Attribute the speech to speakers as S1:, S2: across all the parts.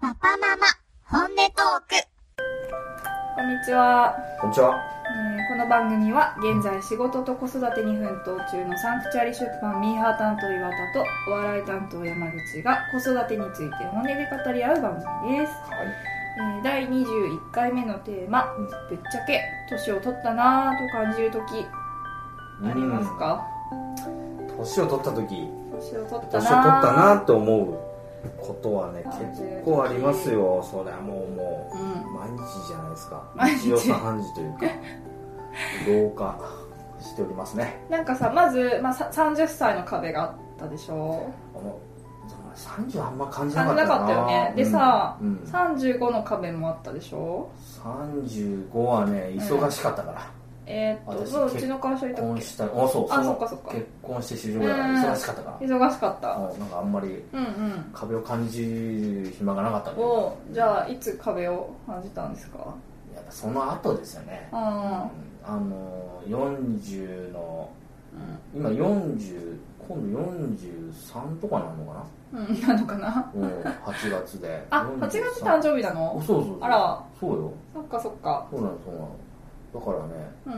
S1: パパママ本音トーク。
S2: こんにちは。
S3: こんにちは。
S2: この番組は現在仕事と子育てに奮闘中のサンクチュアリ出版ミーハー担当岩田とお笑い担当山口が子育てについて本音で語り合う番組です。
S3: はい。
S2: 第21回目のテーマ、ぶっちゃけ年を取ったなぁと感じるときありますか？
S3: 年を取った時、
S2: 年を取った
S3: 年を取った
S2: なぁ
S3: なと思うことはね、結構ありますよ。それはもう、毎日じゃないですか。
S2: 毎日
S3: 日曜茶飯事というか、老化しておりますね。
S2: なんかさ、まず、30歳の壁があったでしょ。
S3: 30あんま感じな
S2: 感じ
S3: かったな。
S2: なかったよね。でさ、
S3: うん
S2: 35の壁もあったでしょ。
S3: 35はね、忙しかったから。
S2: そう、うちの会社いたっけ？
S3: そう、
S2: そっかそっか。
S3: 結婚して就職だから忙しかったから。
S2: 忙しかった。
S3: なんかあんまり壁を感じる暇がなかったんで。
S2: じゃあいつ壁を感じたんですか？
S3: やっぱその後ですよね。40の、今40、今度43とかなのかな。
S2: なのかな。
S3: 8月で。
S2: 8月誕生日なの？
S3: そう。
S2: あら。
S3: そうよ。
S2: そっかそっか。
S3: そうなの。だからね、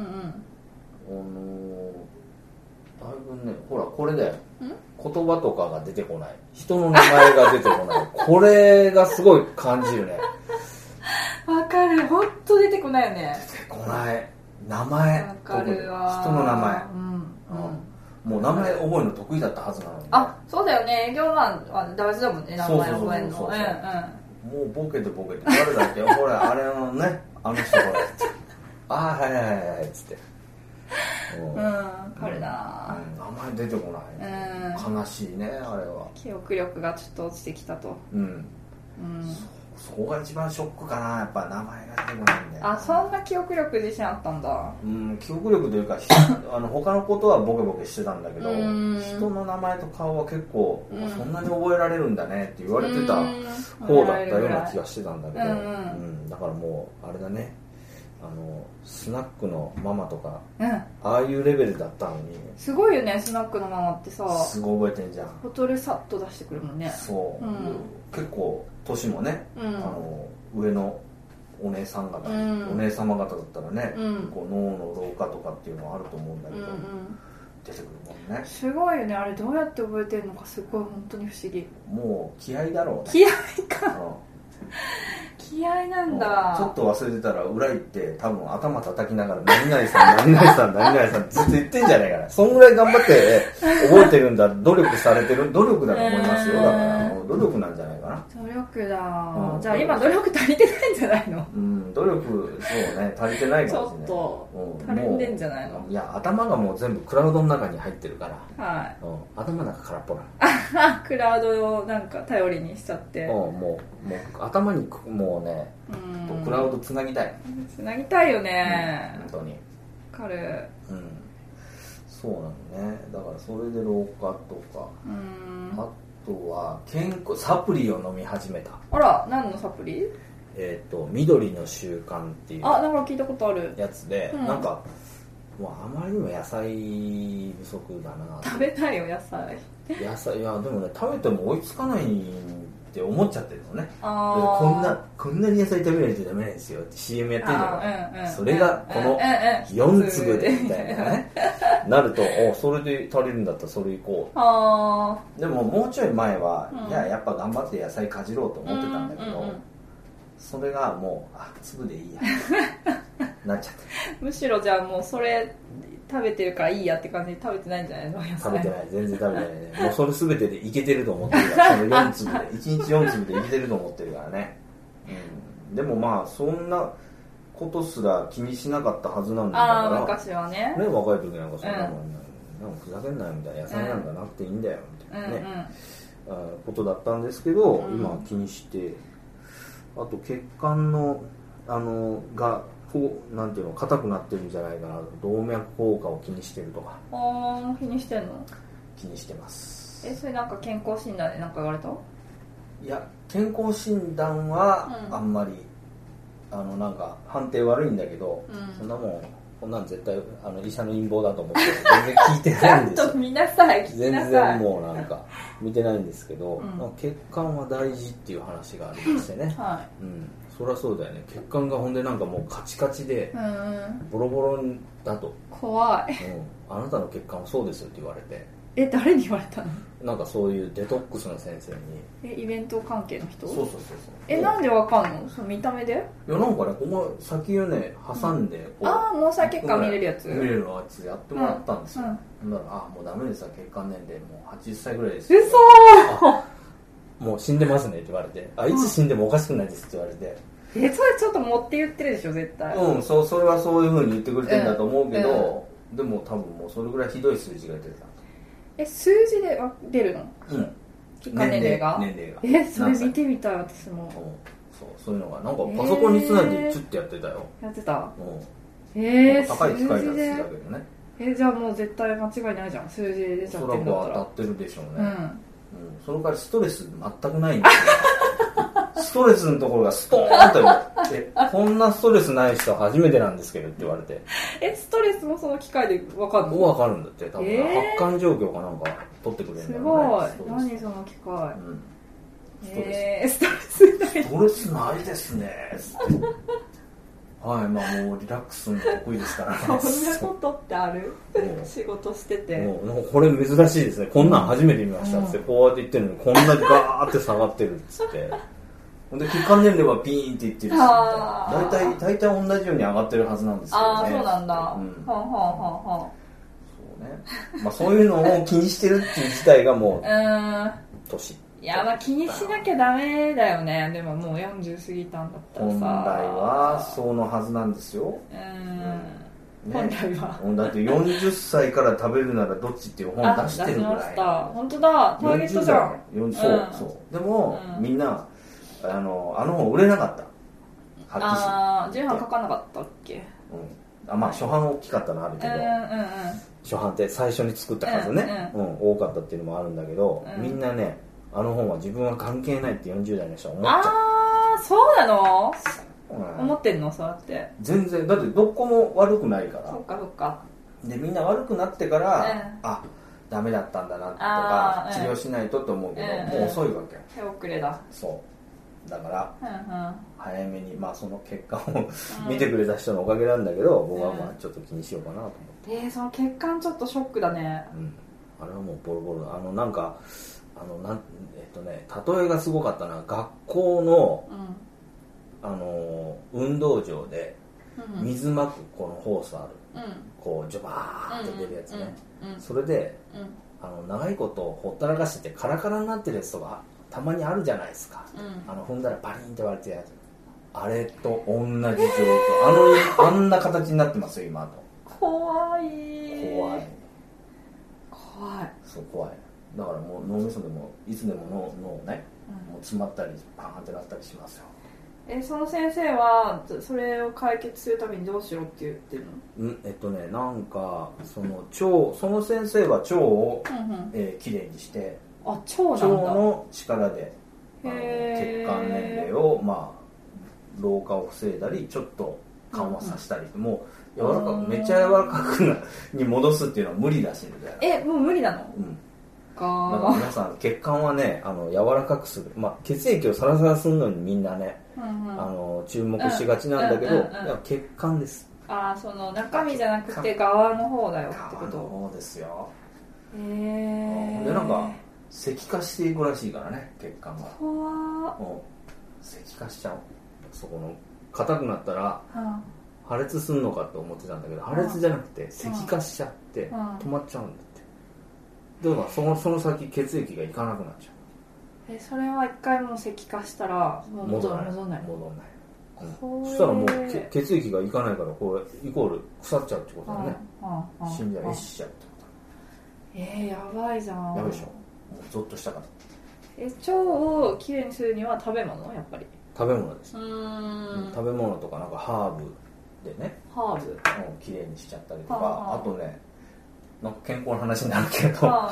S3: だいぶね、ほらこれで言葉とかが出てこない、人の名前が出てこないこれがすごい感じるね。
S2: わかる、ほんと出てこないよね。
S3: 出てこない、名前、
S2: わかるわ、
S3: 人の名前、もう名前覚えるの得意だったはずなのに、ね、
S2: そうだよね、営業マンは大事だもんね、名前覚えるの。も
S3: うボケて誰だっけほらあれのね、あの人これはいっつって、
S2: 彼だ、
S3: 名前出てこない、悲しいね、あれは。
S2: 記憶力がちょっと落ちてきたと。
S3: そこが一番ショックかな、やっぱ名前が出てこないんだよ。
S2: そんな記憶力自信あったんだ。
S3: 記憶力というか他のことはボケボケしてたんだけど、人の名前と顔は結構、そんなに覚えられるんだねって言われてた方だったような気がしてたんだけど、だからもうあれだね、スナックのママとか、ああいうレベルだったのに。
S2: すごいよね、スナックのママってさ、
S3: すごい覚えてんじゃん。
S2: ボトルさっと出してくるもんね。
S3: そう、結構年もね、上のお姉さん方、お姉様方だったらね、こう脳の老化とかっていうのはあると思うんだけど、出てくるもんね。
S2: すごいよね、あれどうやって覚えてるのか、すごい本当に不思議。
S3: もう気合だろうね。
S2: 気合か、気合なんだ。
S3: ちょっと忘れてたら裏行って多分頭叩きながら何々さん何々さん何々さんずっと言ってんじゃないかな。そんぐらい頑張って覚えてるんだ、努力されてる、努力だと思いますよ。だから努力なんじゃないかな。
S2: 努力だ、じゃあ今努力足りてないんじゃないの？
S3: 努力、そうね、足りてないかもしれない。
S2: ちょっと足りてんじゃないの？
S3: いや、頭がもう全部クラウドの中に入ってるから、頭なんか空っぽな
S2: クラウドをなんか頼りにしちゃって、
S3: もう頭にもうね、クラウドつなぎたい
S2: よね、
S3: 本当に。
S2: わかる。
S3: そうなのね。だからそれで老化とか、あとは健康サプリを飲み始めた。
S2: あら、何のサプリ？
S3: 緑の習慣っていう
S2: なんか聞いたことある
S3: やつで、なんかもうあまりにも野菜不足だな。
S2: 食べたいよ野菜。
S3: いやでもね、食べても追いつかないって思っちゃってるのね。こんなに野菜食べないとダメなんですよって CM やってるのよ。それがこの4粒でみたいなねなると、それで足りるんだったらそれいこう。でももうちょい前は、やっぱ頑張って野菜かじろうと思ってたんだけど、それがもう粒でいいやなっちゃった
S2: むしろじゃあもうそれ食べてるからいいやって感じで食べてないんじゃないの？
S3: 食べてない、全然食べてないね。もうそれ全てでいけてると思ってるからその4粒で1日4粒でいけてると思ってるからね。でもまあそんなことすら気にしなかったはずなんだから、
S2: 昔はね、
S3: 若い時なんかそんなの、なんかふざけんなよみたいな、野菜なんかなくていいんだよみたいなね、ことだったんですけど、今は気にして、あと血管のがなんていうの、硬くなってるんじゃないかな、動脈硬化を気にしてるとか。
S2: 気にしてんの？
S3: 気にしてます。
S2: それなんか健康診断で何か言われた？
S3: いや、健康診断はあんまり、なんか判定悪いんだけど、そんなもんこんなん絶対医者の陰謀だと思って全然聞いてないんですよ。
S2: ちゃんと見なさい、
S3: 全然もうなんか見てないんですけど、
S2: うん、
S3: 血管は大事っていう話がありましてね、
S2: はい、
S3: うん、そりゃそうだよね。血管がほんでなんかもうカチカチでボロボロだと、
S2: 怖い、
S3: うん、あなたの血管はそうですよって言われて。
S2: 誰に言われたの？
S3: なんかそういうデトックスの先生に。
S2: イベント関係の人？
S3: そう
S2: なんでわかんの？その見た目で？
S3: いやなんかね、ここ先をね挟んでこう、
S2: 毛細血管見れるやつ？
S3: 見れるやつやってもらったんですよ、
S2: うん、
S3: だからもうダメですよ、血管年齢もう80歳ぐらいですよ。
S2: 嘘
S3: もう死んでますねって言われて、いつ死んでもおかしくないですって言われて、
S2: それちょっと持って言ってるでしょ絶対。
S3: それはそういう風に言ってくれてるんだと思うけど、でも多分もうそれぐらいひどい数字が出てた。
S2: 数字で出るの？血管年齢が？
S3: 年齢が。
S2: それ見てみたい私も。
S3: そういうのがなんかパソコンにつないでチュッてやってたよ。
S2: やってた。
S3: 高い機械だっただけどね。
S2: じゃあもう絶対間違いないじゃん、数字で出ちゃってるんだったら。
S3: それは当たってるでしょうね。その代わりストレス全くないんですよ。ストレスのところがストーンとこんなストレスない人は初めてなんですけどって言われて。
S2: ストレスもその機械で分かるの？
S3: 分かるんだって。多分発汗状況かなんか取ってくれるんだろうね。
S2: すごい。何その機械。
S3: ストレスないですね。はい、まあもうリラックスの得意ですからね。
S2: そんなことってある？仕事してて。
S3: これ珍しいですね。こんなん初めて見ましたってこうやって言ってるのにこんなにガーって下がってるっつって。で血管年齢はピーンっていってるし、大体同じように上がってるはずなんですけどね。
S2: そうなんだ。
S3: そうね。まあそういうのを気にしてるっていう自体がもう年。
S2: いやまあ気にしなきゃダメだよね。でももう40過ぎたんだったらさ。
S3: 本来はそのはずなんですよ。
S2: 本来は。
S3: だって40歳から食べるならどっちっていう本出してるぐらい。
S2: 出しました。本当だ。ターゲットじゃん。
S3: そう。でもみんなあの本売れなかった。
S2: 重版書かなかったっけ？
S3: まあ初版大きかったのあるけど、初版って最初に作った数ね、多かったっていうのもあるんだけど、みんなねあの本は自分は関係ないって40代の人は思っちゃう。
S2: そうなの？思ってんの？そうやって
S3: 全然だってどこも悪くないから。
S2: そっか
S3: でみんな悪くなってから、ダメだったんだなとか、治療しないとって思うけど、もう遅いわけ。
S2: 手遅れだ。
S3: そうだから、早めにまあその結果を見てくれた人のおかげなんだけど、僕はまあちょっと気にしようかなと思って。
S2: その血管ちょっとショックだね。
S3: あれはもうボロボロ。なんか例えがすごかったな。学校の、運動場で水まくこのホースある、こうジョバーって出るやつね、それで、長いことほったらかしててカラカラになってるやつとかたまにあるじゃないですか、踏んだらパリンって割れてるやつ、あれと同じ状況。あんな形になってますよ今と。
S2: 怖い。
S3: そう怖い。だからもう脳みそでもいつでも脳ね、もう詰まったりパーンってなったりしますよ。
S2: その先生はそれを解決するためにどうしろって言ってるの？
S3: なんかその先生は腸をきれいにして、腸の力で血管年齢を老化を防いだりちょっと緩和させたり、もうめっちゃ柔らかくに戻すっていうのは無理らしいんだよ。
S2: もう無理なの？
S3: だから皆さん血管はね柔らかくする、血液をサラサラするのにみんなね、注目しがちなんだけど、血管です。
S2: その中身じゃなくて側の方だよってこと？
S3: 側の方ですよ。でなんか石化していくらしいからね、血管が。石化しちゃう。そこの硬くなったら破裂するのかと思ってたんだけど、破裂じゃなくて石化しちゃって止まっちゃうんだって。でもその先血液がいかなくなっちゃう。
S2: それは一回もう石化したら戻らない。
S3: そしたらもう血液がいかないからこれイコール腐っちゃうってことだね。死んじゃう、壊死しちゃうってこと。
S2: やばいじゃん。
S3: やばいでしょ。もうゾッとしたから。
S2: 腸をきれいにするには食べ物？やっぱり
S3: 食べ物です。食べ物とかなんかハーブでね、きれいにしちゃったりとか、あとねなんか健康の話になるけど、炭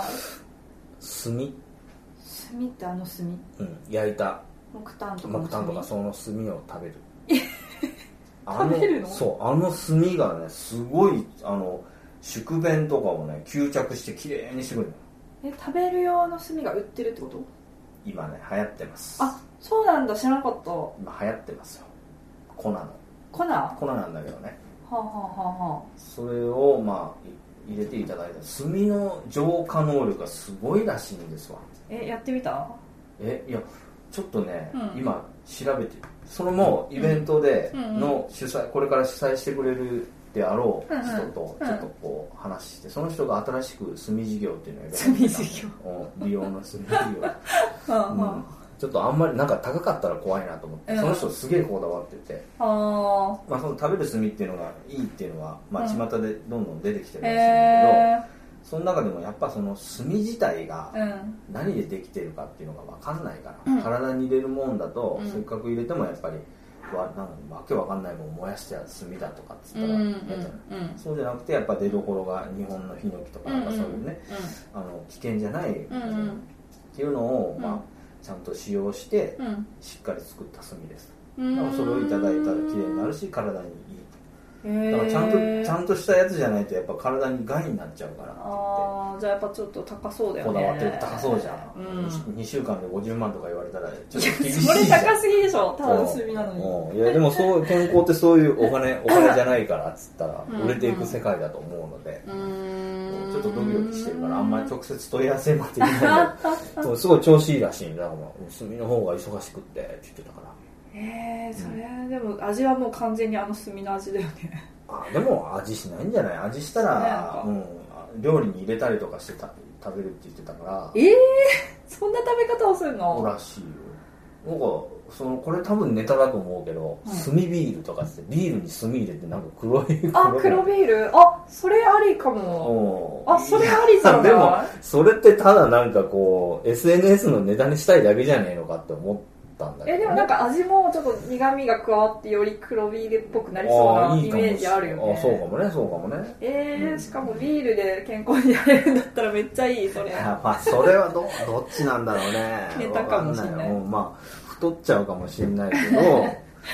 S2: って炭？
S3: 焼いた
S2: 木炭とか
S3: その炭を食べる。
S2: 食べるの？
S3: そう、炭がねすごい宿便とかをね吸着してきれいにしてくれる
S2: の。食べる用の炭が売ってるってこと？
S3: 今ね流行ってます。
S2: あ、そうなんだ、知らなかった。
S3: 今流行ってますよ。粉なんだけどね。
S2: はあ、はあはあ、
S3: それを入れていただいた炭の浄化能力がすごいらしいんですわ。
S2: やってみた？
S3: いやちょっとね、今調べて、そのもイベントでの主催、これから主催してくれるであろう人とちょっとこう話して、その人が新しく炭事業っていうのをや
S2: 炭事
S3: 業利用の炭事業ちょっとあんまりなんか高かったら怖いなと思って、その人すげえこだわってて、その食べる炭っていうのがいいっていうのは巷でどんどん出てきてるらしいんだけど、その中でもやっぱその炭自体が何でできてるかっていうのが分かんないから、体に入れるもんだと、せっかく入れてもやっぱりわけわかんないもん燃やして炭だとかっつったらそうじゃなくて、やっぱ出どころが日本のヒノキとかなんかそういうね、危険じゃないっていうのをちゃんと使用してしっかり作った炭です。それをいただいたらきれいになるし、体にいい。だからちゃんとしたやつじゃないとやっぱ体に害になっちゃうからって言って。
S2: じゃあやっぱちょっと高そうだよね。
S3: こだわってる。高そうじゃん、2週間で50万とか言われたらちょっと厳しいじゃん。
S2: それ高すぎでしょ、ただの炭なのに。
S3: いやでも健康ってそういうお金じゃないからっつったら売れていく世界だと思うので、ちょっとドキドキしてるからあんまり直接問い合わせまでいないけどすごい調子いいらしいんだから、炭の方が忙しくってって言ってたから。
S2: それでも味はもう完全に炭の味だよね。
S3: でも味しないんじゃない？味したら、料理に入れたりとかして食べるって言ってたから。
S2: そんな食べ方をするの？
S3: らしいよ。なんかこれ多分ネタだと思うけど、炭ビールとかってビールに炭入れてなんか黒ビ
S2: ール、それありかも。それありじゃない？
S3: でもそれってただなんかこう SNS のネタにしたいだけじゃねえのかって思って。で
S2: もなんか味もちょっと苦味が加わってより黒ビールっぽくなりそうなイメージあるよね。
S3: そうかもね。
S2: しかもビールで健康になれるんだったらめっちゃいい、それ。
S3: それはどっちなんだろうね。
S2: ネタかもしれない。
S3: 太っちゃうかもしれないけどそう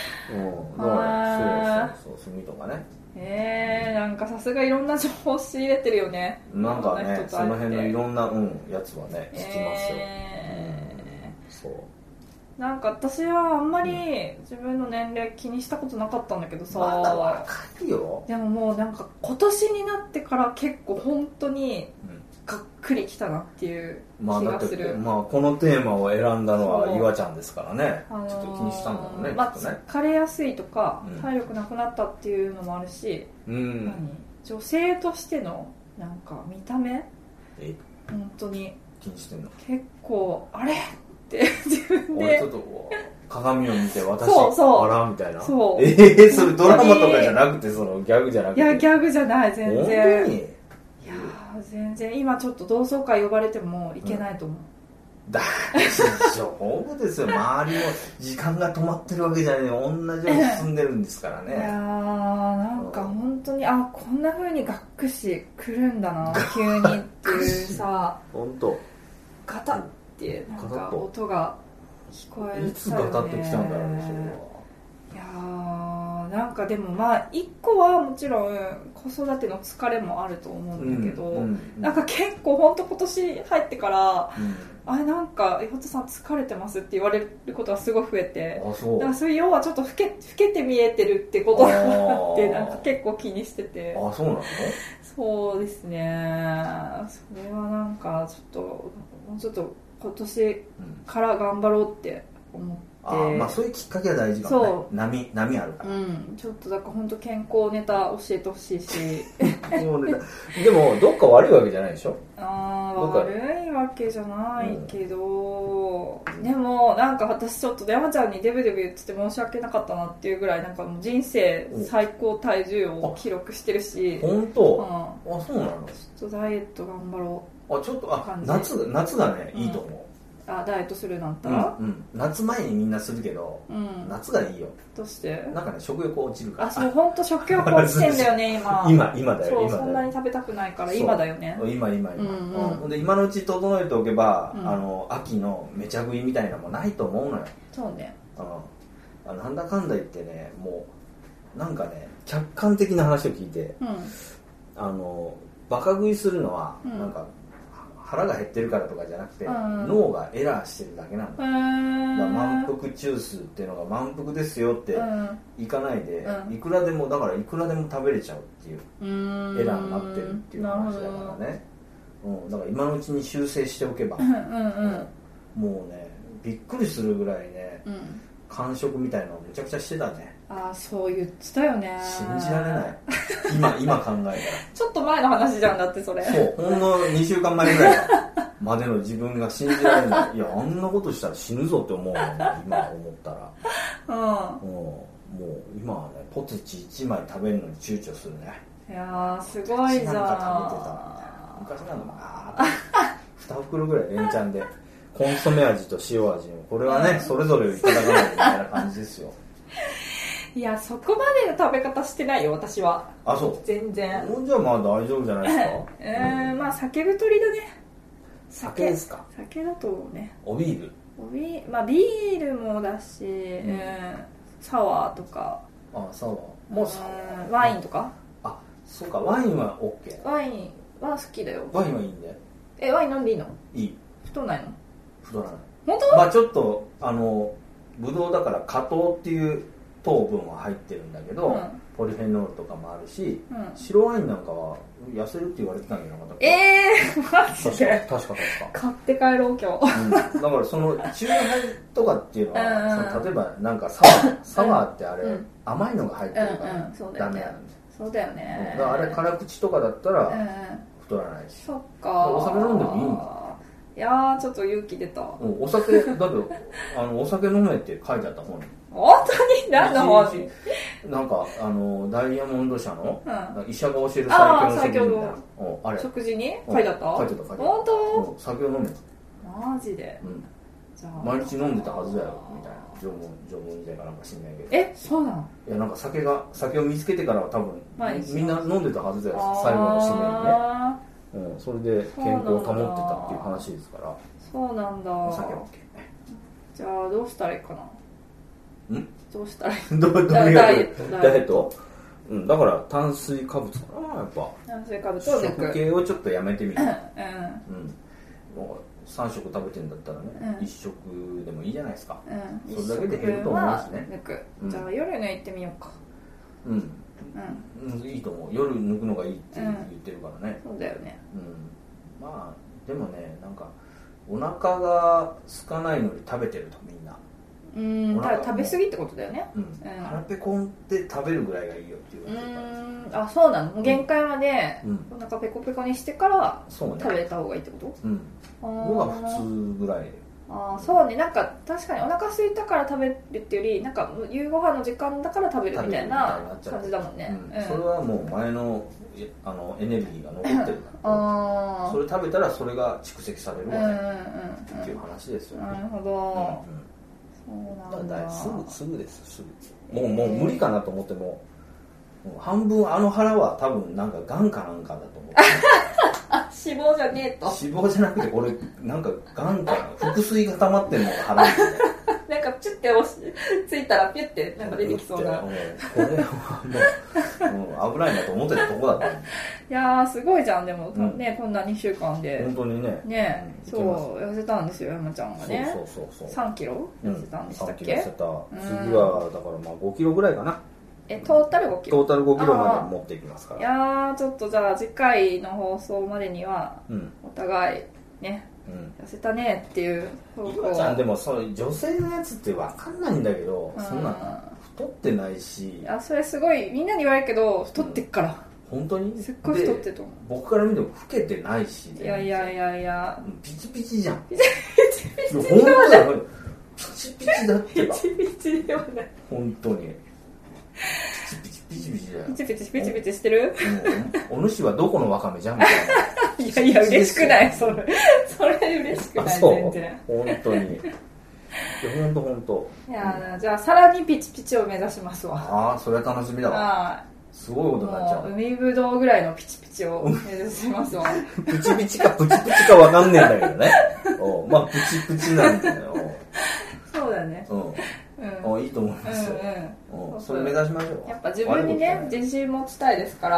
S3: 炭とかね。
S2: なんかさすがいろんな情報を仕入れてるよね。
S3: なんかね、その辺のいろんなやつはね聞きますよ。そう
S2: なんか私はあんまり自分の年齢気にしたことなかったんだけどさ、
S3: まだ若いよ。
S2: でももうなんか今年になってから結構本当にがっくりきたなっていう気がする。
S3: このテーマを選んだのは岩ちゃんですからね。ちょっと気にしたんだろうね。
S2: 疲れやすいとか、体力なくなったっていうのもあるし、女性としてのなんか見た目本当に
S3: 気にしてんの？
S2: 結構あれ自分で
S3: ちょっとこう鏡を見て私
S2: あ
S3: らみたいな。
S2: そ
S3: れドラマとかじゃなくてそのギャグじゃなくて。
S2: いやギャグじゃない全然。
S3: 本当に？い
S2: や全然今ちょっと同窓会呼ばれてもいけないと思う。
S3: 大丈夫ですよ。周りも時間が止まってるわけじゃない。同じように進んでるんですからね。
S2: いやなんか本当にこんな風にがっくしくるんだな急にっていうさ。
S3: 本当。
S2: ガタッってなんか音が聞こえる、
S3: いつガタッときたんだろうね、それは。
S2: いやなんかでも一個はもちろん子育ての疲れもあると思うんだけど、なんか結構本当今年入ってから、なんか岩田さん疲れてますって言われることがすごい増えて、だからそういう要はちょっと老けて見えてるってことだなってなんか結構気にしてて。
S3: そうなの？
S2: そうですね。それはなんかもうちょっと今年から頑張ろうって思って。
S3: そういうきっかけは大事かもね。波あるから。
S2: ちょっとだから本当健康ネタ教えてほしいし。
S3: でもどっか悪いわけじゃないでしょ？
S2: 悪いわけじゃないけど、でもなんか私ちょっと山ちゃんにデブデブ言ってて申し訳なかったなっていうぐらいなんかもう人生最高体重を記録してるし。
S3: 本当？そうなの？
S2: ちょっとダイエット頑張ろう。
S3: ちょっと夏がねいいと思う。
S2: ダイエットするなんたら、
S3: 夏前にみんなするけど、夏がいいよ。
S2: どうして？
S3: なんかね食欲落ちるから。
S2: そう本当食欲落ちてんだよね
S3: 今だよ。
S2: そんなに食べたくないから今だよね。
S3: 今で今のうち整えておけば、秋のめちゃ食いみたいなのもないと思うのよ。
S2: そうね。
S3: なんだかんだ言ってねもなんかね客観的な話を聞いて、バカ食いするのは、なんか腹が減ってるからとかじゃなくて、脳がエラーしてるだけなんだ。満腹中枢っていうのが満腹ですよっていかないで、いくらでも食べれちゃうっていうエラーになってるっていう話だからね。だから今のうちに修正しておけば、もうねびっくりするぐらいね、間食みたいなのをめちゃくちゃしてたね。
S2: そう言ってたよね。
S3: 信じられない。今考えたら
S2: ちょっっと前の話じゃんだってそれ。
S3: そう、ほんの2週間前ぐらいまでの自分が信じられない。いや、あんなことしたら死ぬぞって思うもん、今思ったら。もう今はね、ポテチ1枚食べるのに躊躇するね。
S2: いやー、すごいじゃん。
S3: なんか食べてたみたいな。昔なんか2袋ぐらい連チャンで、コンソメ味と塩味を、これはね、それぞれいただかないみたいな感じですよ。
S2: いや、そこまでの食べ方してないよ、私は。
S3: あ、そう。
S2: 全然。
S3: じゃあまあ大丈夫じゃないですか。
S2: まあ酒太りだね。
S3: 酒ですか。
S2: 酒だとね。
S3: おビール。
S2: まあビールもだし、サワーとか。
S3: あ、サワー。もうサワー。
S2: ワインとか。
S3: あ、そうか、ワインは OK。
S2: ワインは好きだよ。
S3: ワインはいいんで。
S2: ワイン飲んでいいの？
S3: いい。
S2: 太んないの？
S3: 太らない。
S2: 本当？
S3: まあちょっとブドウだから果糖っていう糖分は入ってるんだけど、ポリフェノールとかもあるし、白ワインなんかは痩せるって言われてたんじゃなかったっけ？
S2: マジで？
S3: 確か
S2: 買って帰ろう今日。
S3: だからそのチューハイとかっていうのは、例えばなんかサワーってあれ、甘いのが入ってるからダメなんです。
S2: そうだよね。
S3: だからあれ辛口とかだったら太らないし。
S2: そっか。
S3: お酒飲んでもいいんだ。
S2: いやー、ちょっと勇気出た。
S3: お酒だってお酒飲めって書いてあった本に。
S2: 本当に？何の本に？
S3: なんかダイヤモンド社の医者が教える
S2: 最強の食事に書いてあった？
S3: 書いてた。
S2: 本当？
S3: 酒を飲め。
S2: マジで？
S3: 毎日飲んでたはずだよみたいな。縄文時代かなんか知んないけど。
S2: そうなの？
S3: いや、なんか酒を見つけてからは多分みんな飲んでたはずだよ、最後の締めにね。それで健康を保ってたっていう話ですから。
S2: そうなんだ。
S3: お酒 OK。
S2: じゃあどうしたらいいかな。どうしたらいい？
S3: ダイエット？だから炭水化物かな、やっぱ。炭
S2: 水化物を抜く。
S3: 食系をちょっとやめてみる。3食食べてんだったらね、1食でもいいじゃないですか。それだけで減ると思いますね。
S2: 抜く。じゃあ夜抜いてみようか。
S3: いいと思う。夜抜くのがいいって言ってるからね。
S2: そうだよね。
S3: まあでもね、なんかお腹が空かないのに食べてるとみんな。
S2: だから食べ過ぎってことだよね。
S3: 腹ペコンって食べるぐらいがいいよって言われてた。
S2: あ、そうなの？限界までお腹ペコペコにしてから食べた方がいいってこと？
S3: 僕は普通ぐらい。
S2: そうね、なんか確かにお腹空いたから食べるっていうより、なんか夕ご飯の時間だから食べるみたいな感じだもんね。
S3: それはもう前のエネルギーが残ってるからそれ食べたらそれが蓄積されるわねっていう話ですよね。
S2: なるほど。そうなんだ。
S3: すぐです。すぐ。もう無理かなと思っても半分腹は多分なんかがんかなんかだと思って
S2: 脂肪じゃねえと。
S3: 脂肪じゃなくてこれなんかがんか腹水が溜まってるのが腹みたい
S2: ななんかチュッてついたらピュッてなんか出てきそうな。こ
S3: れはもう危ないなと思ってたとこだった。い
S2: やーすごいじゃん。でもね、こんな2週間で
S3: 本当にね
S2: そう痩せたんですよ、山ちゃんがね。
S3: そう
S2: 3キロ痩せたんでしたっけ？
S3: 3キロ痩せた。次はだからまあ5キロぐらいかな。
S2: トータル5キロ？
S3: トータル5キロまで持っていきますから。
S2: いやーちょっとじゃあ次回の放送までにはお互いね痩せたねっていう。
S3: 岩ちゃんでもそういう女性のやつって分かんないんだけど、そんな太ってないし。い
S2: やそれすごいみんなに言われるけど太ってっから。
S3: 本当に？
S2: すっごい太ってると思う。
S3: 僕から見ても老けてないし。
S2: いや
S3: ピチピチじゃん。
S2: ピチピチ
S3: ではない。ピチピチだってば。
S2: ピチピチではない。
S3: 本当に。ピチピチだよ。
S2: ピチピチしてる？
S3: お主はどこのワカメじゃんみた
S2: いな。いや嬉しくない。それ嬉しくない全然。
S3: 本当に。本当。
S2: いやじゃあさらにピチピチを目指しますわ。
S3: それは楽しみだわ。すごいことになっちゃう。
S2: 海ぶどうぐらいのピチピチを目指しますわ。
S3: プチピチかプチプチかわかんねえんだけどね。まあプチプチなんだよ。
S2: そうだね。
S3: いいと思いますよ。それ目指しましょう。
S2: やっぱ自分にね自信持ちたいですから。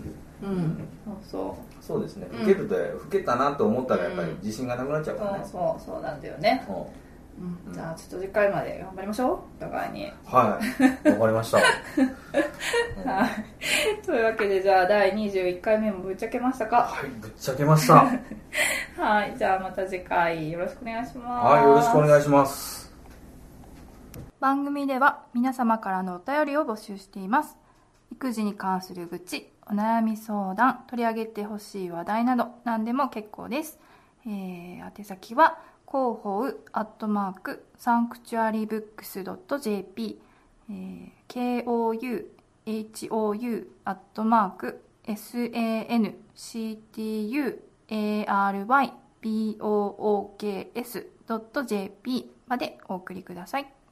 S3: そうですね。老けると老けたなと思ったらやっぱり自信がなくなっちゃうからね。
S2: そうなんだよね。じゃあちょっと次回まで頑張りましょう、お互いに。
S3: はい、わかりました。
S2: はい、というわけでじゃあ第21回目もぶっちゃけましたか？
S3: はい、ぶっちゃけました。
S2: はい、じゃあまた次回よろしくお願いします。
S3: はい、よろしくお願いします。
S2: 番組では皆様からのお便りを募集しています。育児に関する愚痴、お悩み相談、取り上げてほしい話題など何でも結構です。宛先は広報@sanctuarybooks.jp KOUHOU@sanctuarybooks.jp までお送りください。